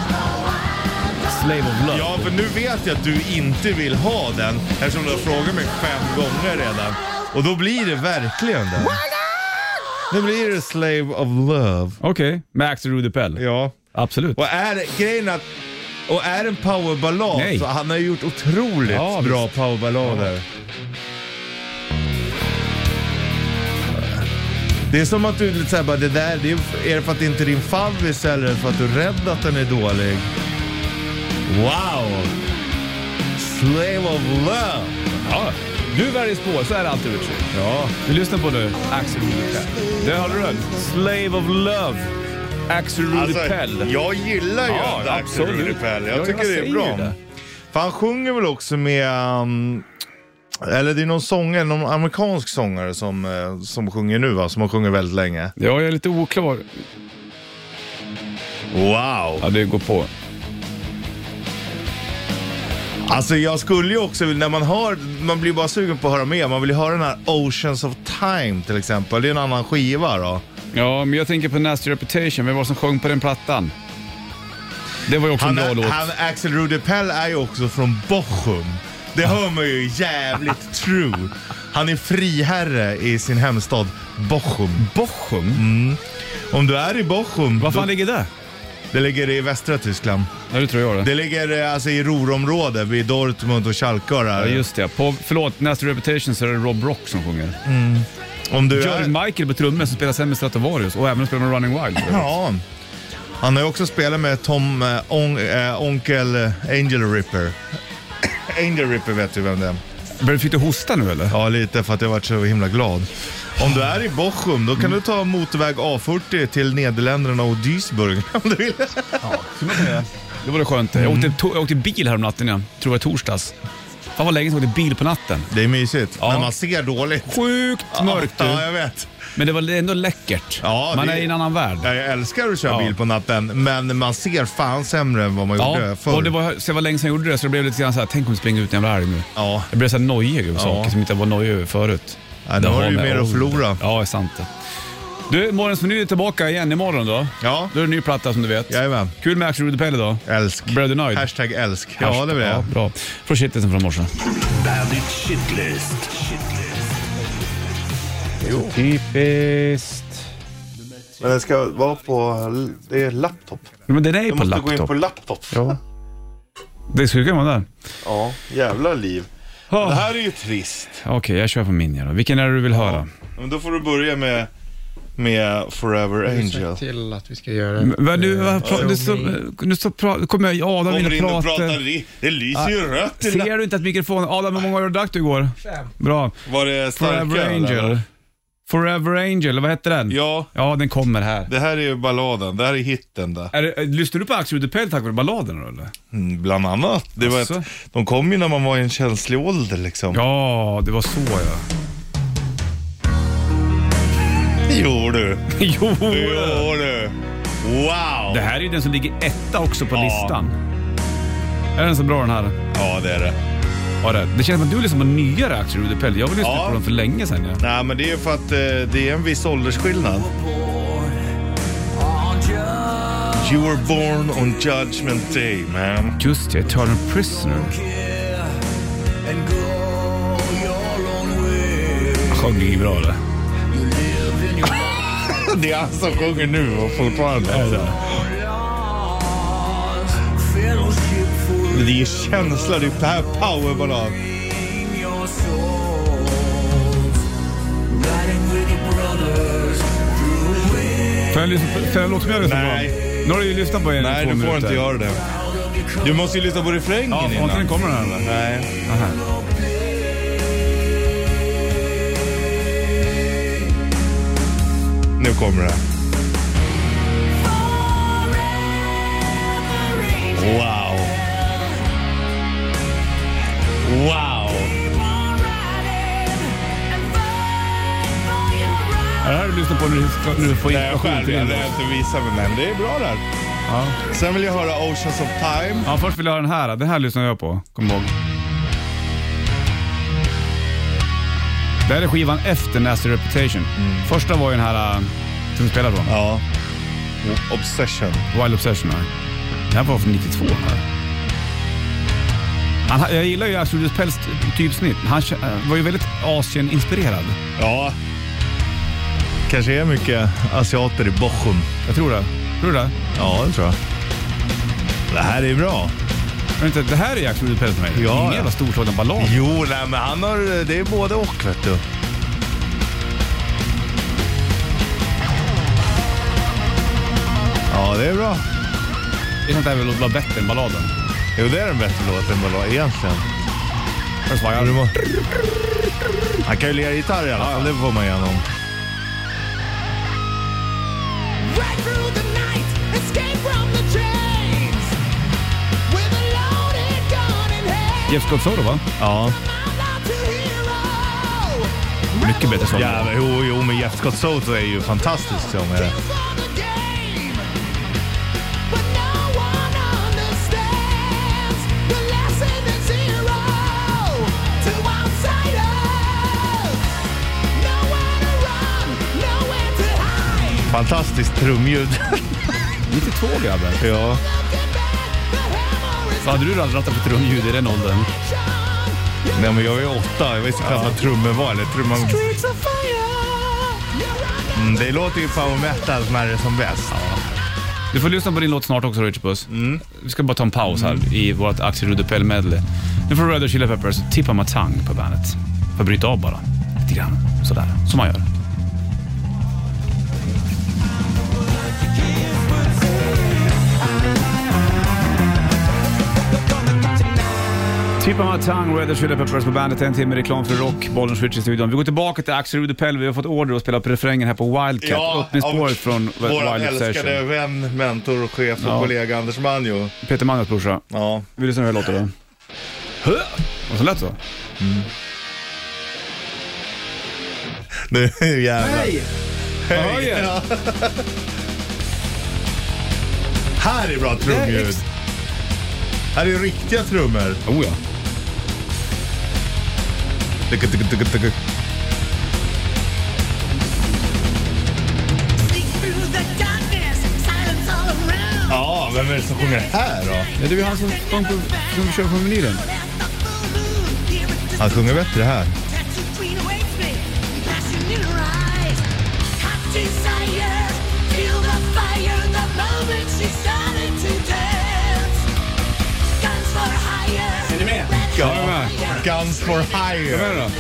Slave of Love. Ja, för nu vet jag att du inte vill ha den eftersom du har frågat mig fem gånger redan. Och då blir det verkligen den. Nu blir det Slave of Love. Okej, okay. med Axel Rudepell. Ja. Absolut. Och är grejen att och är en powerballad Nej. så han har gjort otroligt ja, bra visst. powerballader. Ja. Det är som att du lite såhär bara det där det är, är det för att det inte är din favvis eller för att du är rädd att den är dålig. Wow. Slave of Love. Ja. Du väljer spår, så är det alltid Richard. Ja. Vi lyssnar på nu, Axel Rudepell. Det har du rätt. Slave of Love. Axel Rudepell. Alltså, jag gillar ju ja, Axel Rudepell. Jag, jag tycker det är bra. Det. För han sjunger väl också med um, eller det är någon sångare, någon amerikansk sångare som, uh, som sjunger nu va? Som har sjungit väldigt länge. Ja, jag är lite oklar. Wow. Ja, det går på. Alltså jag skulle ju också, när man hör, man blir bara sugen på att höra mer. Man vill ju höra den här Oceans of Time till exempel. Det är en annan skiva då. Ja, men jag tänker på Nasty Reputation. Vem var som sjöng på den plattan? Det var ju också han en bra är, låt. Han, Axel Rudepell är ju också från Bochum. Det hör man ju jävligt true. Han är friherre i sin hemstad Bochum. Bochum? Mm. Om du är i Bochum... Vad fan då, ligger det? Det ligger i västra Tyskland. Ja, det tror jag det. Det ligger alltså i Ruhrområdet vid Dortmund och Schalke. Ja, just det. På, förlåt, Nasty Reputation så är det Rob Rock som sjunger. Mm. Om du George är... Michael på trummor som spelar sen med Stratovarius och även spelar med Running Wild. Ja. Han har ju också spelat med Tom äh, on, äh, Onkel Angel Ripper. Angel Ripper vet du vem det är. Fick du hosta nu eller? Ja, lite för att jag varit så himla glad. Om du är i Bochum, då kan mm. du ta motorväg A fyrtio till Nederländerna och Duisburg om du vill. Ja, det var det skönt. Mm. Jag, åkte, to- jag åkte bil här om natten, jag tror jag torsdags. Fan vad länge som åkte bil på natten. Det är mysigt, ja. men man ser dåligt. Sjukt mörkt du. Ja, jag vet. Men det var ändå läckert. Ja, man det, är i en annan värld. Jag älskar att köra ja. bil på natten, men man ser fan sämre än vad man ja. gjorde förr. Och det var, så det var länge sedan jag gjorde det, så det blev lite grann så här, tänk om jag springer ut i en värld nu. Ja. Jag blev så här nojig över ja. saker som inte var nojig över förut. Ja, nu har du ju mer att förlora. Ja, det är sant det. Du, morgons meny är tillbaka igen imorgon då. Ja. Då är det en ny platta som du vet. Jajamän. Kul med Axel Rudepell idag. Älsk. Blev du nöjd? Hashtag älsk. Ja, Hashtag. Det blir jag. Ja, bra. Från shitlisten från morse. Bandit Shitlist. Jo. Typiskt. Men det ska vara på, det är laptop. Men det är ju på laptop. Du måste laptop. gå in på laptop. Ja. Det skulle kunna vara där. Ja, jävla liv. Oh. Det här är ju trist. Okej, okay, jag kör på min då. Vilken är det du vill ja. höra? Men då får du börja med med Forever Angel. Jag till att vi ska göra men du, vad pra- du så, nu så pra- kommer jag Adam in och in och pratar. pratar. Det lyser ju rött. Ser du inte att mikrofonen Adam, hur många år drack du igår? Fem. Bra. Var det starka? Forever Angel. Eller? Forever Angel, vad heter den? Ja. Ja, den kommer här. Det här är ju balladen, det här är hitten där. Är det, lyssnar du på Axel Rudepell tack vare balladen eller? Mm, bland annat. Det var ett, de kom ju när man var i en känslig ålder liksom. Ja, det var så ja. Jo du. jo. jo du. Wow. Det här är ju den som ligger etta också på ja. listan. Är den så bra den här? Ja, det är det. Ja, det, det känns som att du liksom var nyare Axel Rudepell. Jag har lyssnat ja. på dem för länge sedan. Ja. Nej, men det är ju för att eh, det är en viss åldersskillnad. You were born on Judgment Day, man. Just det, Eternal Prisoner. sjöng ju bra det. Det är han som sjunger nu och fortfarande. Är det? Men det är känsla, det är här powerballad. Får jag, lyssna, får jag låta mig lyssna på? Nej. Nu har du ju lyssnat på en Nej, du får minuter. inte göra det. Du måste ju lyssna på refrängen Ja, innan. får inte den kommer den här eller? Nej. Aha. Nu kommer det. Wow. Wow. Är det här du lyssnar på när du, ska, när du får Det är jag information själv, till jag din lär låt? inte visa mig, men det är bra där. Ja. Sen vill jag höra Oceans of Time. Ja, först vill jag ha den här. Den här lyssnar jag på. Kom ihåg. Det här är skivan efter Nasty Reputation. Mm. Första var ju den här uh, som du spelar på. Ja. Obsession. Wild Obsession. Här. Den här var från nittiotvå. Här. Han, jag gillar ju Axel Rudi Pells typsnitt. Han uh, var ju väldigt Asien-inspirerad. Ja. Kanske är mycket asiater i Bochum. Jag tror det. Tror du det? Ja, det tror jag. Det här är bra. Men inte, det här är Axel Rudi Pells för mig. Ja, Ingen ja. jävla storslagen ballad. Jo, nej, men han har, det är både och, vet du. Ja, det är bra. Det är sånt där väl vara bättre än balladen. Jo, det är en bättre låt än ballad, egentligen. Först var jag... Du må... Han kan ju lira gitarr i alla fall, det får man igenom. Jeff Scott Soto, va? Ja. Mycket bättre sång. Ja, men, jo, jo, men Jeff Scott Soto är ju fantastisk sångare. Fantastiskt trumljud. nittiotvå grabbar. Ja. Vad hade du rattat för trumljud i den åldern? Nej, men jag var ju åtta. Jag visste knappt vad trummor var. Eller trumman... Mm, det låter ju power metal när det är som bäst. Ja. Du får lyssna på din låt snart också, Richard Puss. Mm. Vi ska bara ta en paus här mm. i vårt Axel Rudi Pell medley. Nu får Red Hot Chili Peppers Tip of My Tongue på bandet. För att bryta av bara. Lite grann. Sådär. Som man gör. Tip of My Tongue, Red Hot Chili Peppers på bandet. En timme reklam för rock, bollen switch i studion. Vi går tillbaka till Axel Rudi Pell. Vi har fått order att spela på refrängen här på Wildcat. Ja, öppningsspåret från Wild vår Obsession. älskade vän, mentor, chef och ja. kollega Anders Manjo. Peter Magnus brorsa. Ja. Vi lyssnar hur det låter då. Vad så lätt så? Mm. Nu jävlar. Hej! Hej! Ja. Här är bra trumljud. Här är riktiga trummor. Oh ja. Ja, vem är det som sjunger här då? Ja, det är han som, som, som kör på menyn. Han sjunger bättre här. Är ni med? Ja, Guns for Hire. Vad är det då?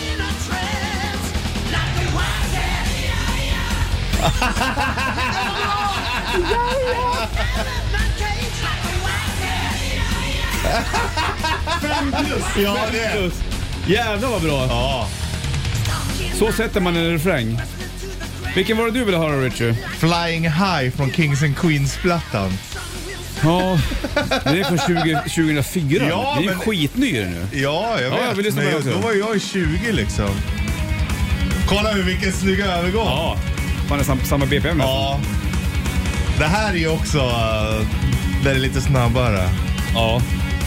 Ja, det är. Jävlar vad bra. Ja. Så sätter man en refräng. Vilken var det du ville höra, Richard? Flying High från Kings and Queens-plattan. Ja, det är från tjugo, tjugohundrafyra. Ja, det är ju men... skitny nu. Ja, jag vet. Ja, vi lyssnar på men det jag, också. då var jag tjugo liksom. Kolla hur vilken snygg övergång. Ja, man är sam, samma B P M. Ja. Det här är ju också uh, där det är lite snabbare. Ja.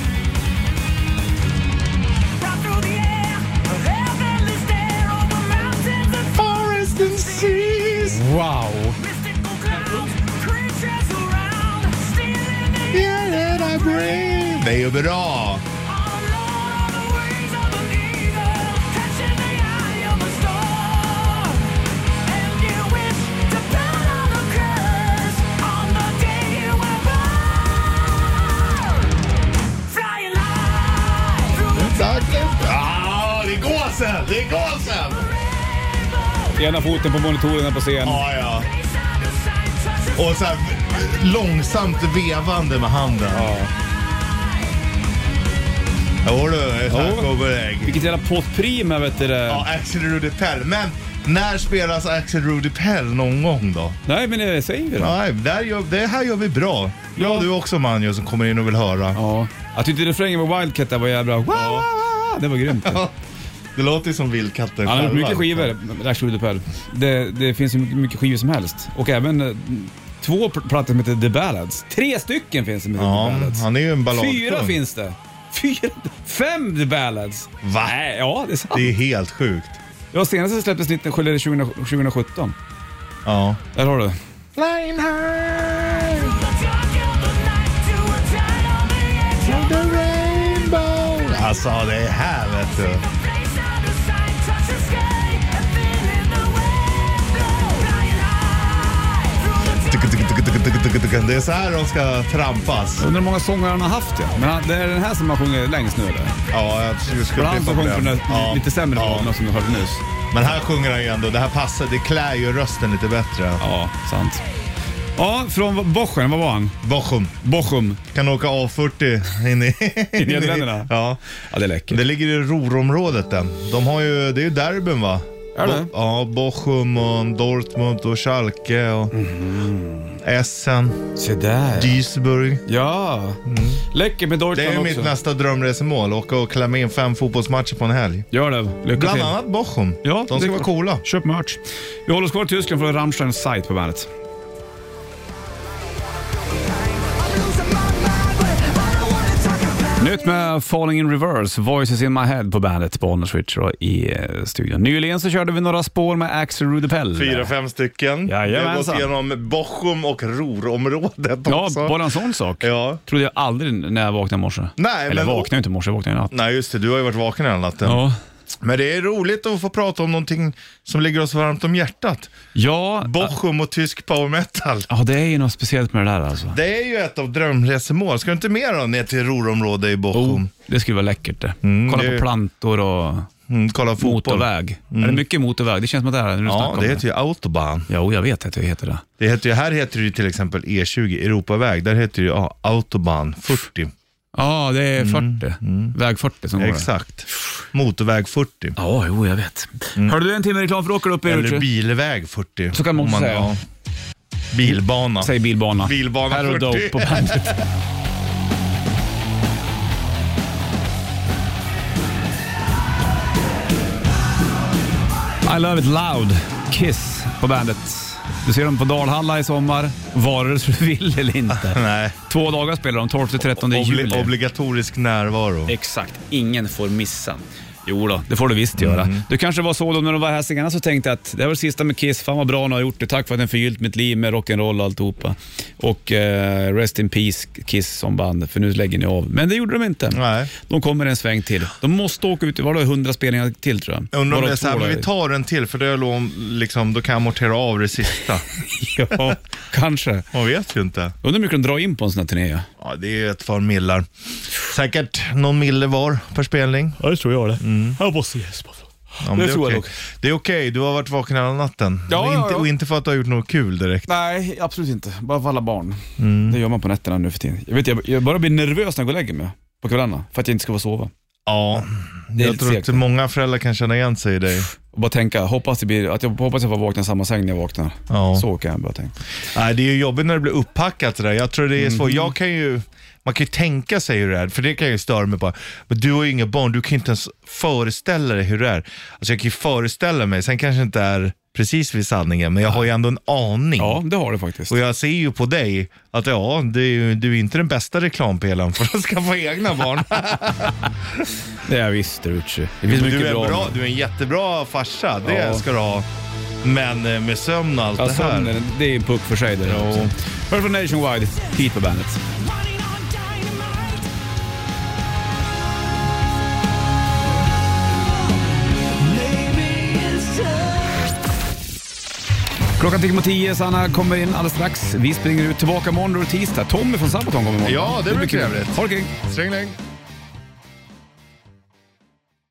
Forest and seas. Wow. Yeah, that I breathe. Det är ju bra. Ena foten på monitoren på scen. Ja, ja. Och så här långsamt vevande med handen. Ja. Jo du, det är så här på väg. Vilket jävla potprim här, vet du det. Ja, Axel Rudi Pell. Men när spelas Axel Rudi Pell någon gång då? Nej, men det säger vi då. Nej, där gör, det här gör vi bra. Bra Ja. du också, Manjo, som kommer in och vill höra. Ja. Jag tyckte refrängen med Wildcat där var jävla bra. Ja. Det var grymt. Ja. Det låter ju som Vildkatten. Han har gjort mycket skivor, Axel Rudi Pell. Det, det finns ju mycket skivor som helst. Och även eh, två pl- plattor som heter The Ballads. Tre stycken finns det med Ja, The Ballads. han är ju en balladkung. Fyra finns det. Fyra, fem The Ballads. Va? Nej, ja, det är sant. Det är helt sjukt. Ja, senast släpptes nitton tjugo sjutton. Ja. Där har du. Flying high to the rainbow. Alltså det här vet du. Det är så här de ska trampas. Jag undrar hur många sånger han har haft, ja. Men han, det är den här som han sjunger längst nu, eller? Ja, jag skulle För han som sjunger på den Ja. lite sämre Ja. ja. som du hörde nyss. Men här sjunger han ju ändå. Det här passar, det klär ju rösten lite bättre. Ja, sant. Ja, från Bochum, vad var han? Bochum. Bochum. Kan åka A fyrtio in i, I Nederländerna? Ja. Ja, det är läckert. Det ligger i Ruhrområdet den. De har ju, det är ju derbyn va? Är det? Bo- ja, Bochum och Dortmund och Schalke och Mm. Essen, Se där. Duisburg. Ja. Läckert med Det Dortmund är också. mitt nästa drömresemål. Åka och klämma in fem fotbollsmatcher på en helg. Gör det. Lycka Bland till. annat Bochum. Ja, De det ska är vara klart. coola. Köp merch. Vi håller oss kvar i Tyskland för Rammsteins Sight på bandet. Nytt med Falling in Reverse, Voices in my head på bandet på Honor Switch och i eh, studion. Nyligen så körde vi några spår med Axel Rudi Pell. Fyra, fem stycken. Vi har Jajamensan. gått igenom Bochum och Ruhrområdet Ja, också. bara en sån sak. Ja. Trodde jag aldrig när jag vaknade i morse. Nej, Eller men- vaknade inte i morse, jag vaknade i natt. Nej just det, du har ju varit vaken hela natten. Ja. Men det är roligt att få prata om någonting som ligger oss varmt om hjärtat. Ja, Bochum och tysk power metal. ja, det är ju något speciellt med det där alltså. Det är ju ett av drömresemål. Ska du inte mer då ner till Ruhrområdet i Bochum? Oh, det skulle vara läckert det. Mm, Kolla det- på plantor och Mm, kolla fotboll. motorväg. Är det mycket motorväg? Det känns som att det är när du snackar Ja, om det heter ju Autobahn. Jo, jag vet att det heter det. Det heter ju, här heter det ju till exempel E tjugo, Europaväg. Där heter det ju ja, Autobahn fyrtio. Ja, det är fyrtio. Väg fyrtio som går där. Exakt. Motorväg fyrtio. Ja, jo, jag vet. Hörde du en timme reklam för åker upp i Eller Richie? bilväg fyrtio. Så kan man också Om säga. ja. Bilbana. Säg bilbana. Bilbana Här och fyrtio. dope på bandet. I love it loud. Kiss på bandet. Du ser dem på Dalhalla i sommar. Vare sig du vill eller inte. Nej. Två dagar spelar de, tolfte till trettonde juli. Obli- obligatorisk närvaro. Exakt, ingen får missa. Jo då, det får du visst göra. Det kanske var så då när de var här senast så tänkte jag att det var det sista med Kiss. Fan vad bra ni har gjort det. Tack för att ni förgyllt mitt liv med rock'n'roll och alltihopa. Och eh, rest in peace Kiss som band, för nu lägger ni av. Men det gjorde de inte. Nej. De kommer en sväng till. De måste åka ut, var det hundra spelningar till tror jag? Jag undrar om Varav det är så här, två men där. vi tar en till för det är lån, liksom, då kan jag amortera av det sista. Ja, kanske. Man vet ju inte. Undrar hur mycket de drar in på en sån här turné. Ja, det är ett par millar. Säkert någon mille var per spelning. Ja, det tror jag det. Jag måste gäspa. Ja, men Det det, är tror jag okej. nog. Det är okej, du har varit vaken hela natten. Ja, och, ja, inte, ja. och inte för att du har gjort något kul direkt. Nej, absolut inte. Bara för alla barn. Mm. Det gör man på nätterna nu för tiden. Jag, vet, jag, jag bara blir nervös när jag går och lägger mig på kvällarna för att jag inte ska få sova. Ja, Det är jag lite tror segt. att många föräldrar kan känna igen sig i dig. Och bara tänka, hoppas det blir, att jag hoppas jag får vakna i samma säng när jag vaknar. Ja. Så kan jag bara tänka. Nej, det är ju jobbigt när det blir upppackat det där. Jag tror det är svårt. Mhm. Jag kan ju, man kan ju tänka sig hur det är, för det kan jag ju störa mig på. Men du har ju inga barn, du kan inte ens föreställa dig hur det är. Alltså jag kan ju föreställa mig, sen kanske inte är precis vid sanningen, men jag har ju ändå en aning. Ja, det har du faktiskt. Och jag ser ju på dig att ja, det är ju, du är inte den bästa reklampelaren för att skaffa egna barn. Det är jag visst, Rutsche. Det finns mycket Du är, bra. bra, du är en jättebra farsa, det Ja. ska du ha. Men eh, med sömn och allt Ja, det här. sömnen, det är en puck för sig där Jo. också. Hör från Nationwide, hit på bandet. Klockan tickar mot tio, Sanna kommer in alldeles strax. Vi springer ut tillbaka måndag och tisdag. Tommy från Sabaton kommer imorgon. Ja, det blir mycket- trevligt. Ha det kul. Sträng, sträng.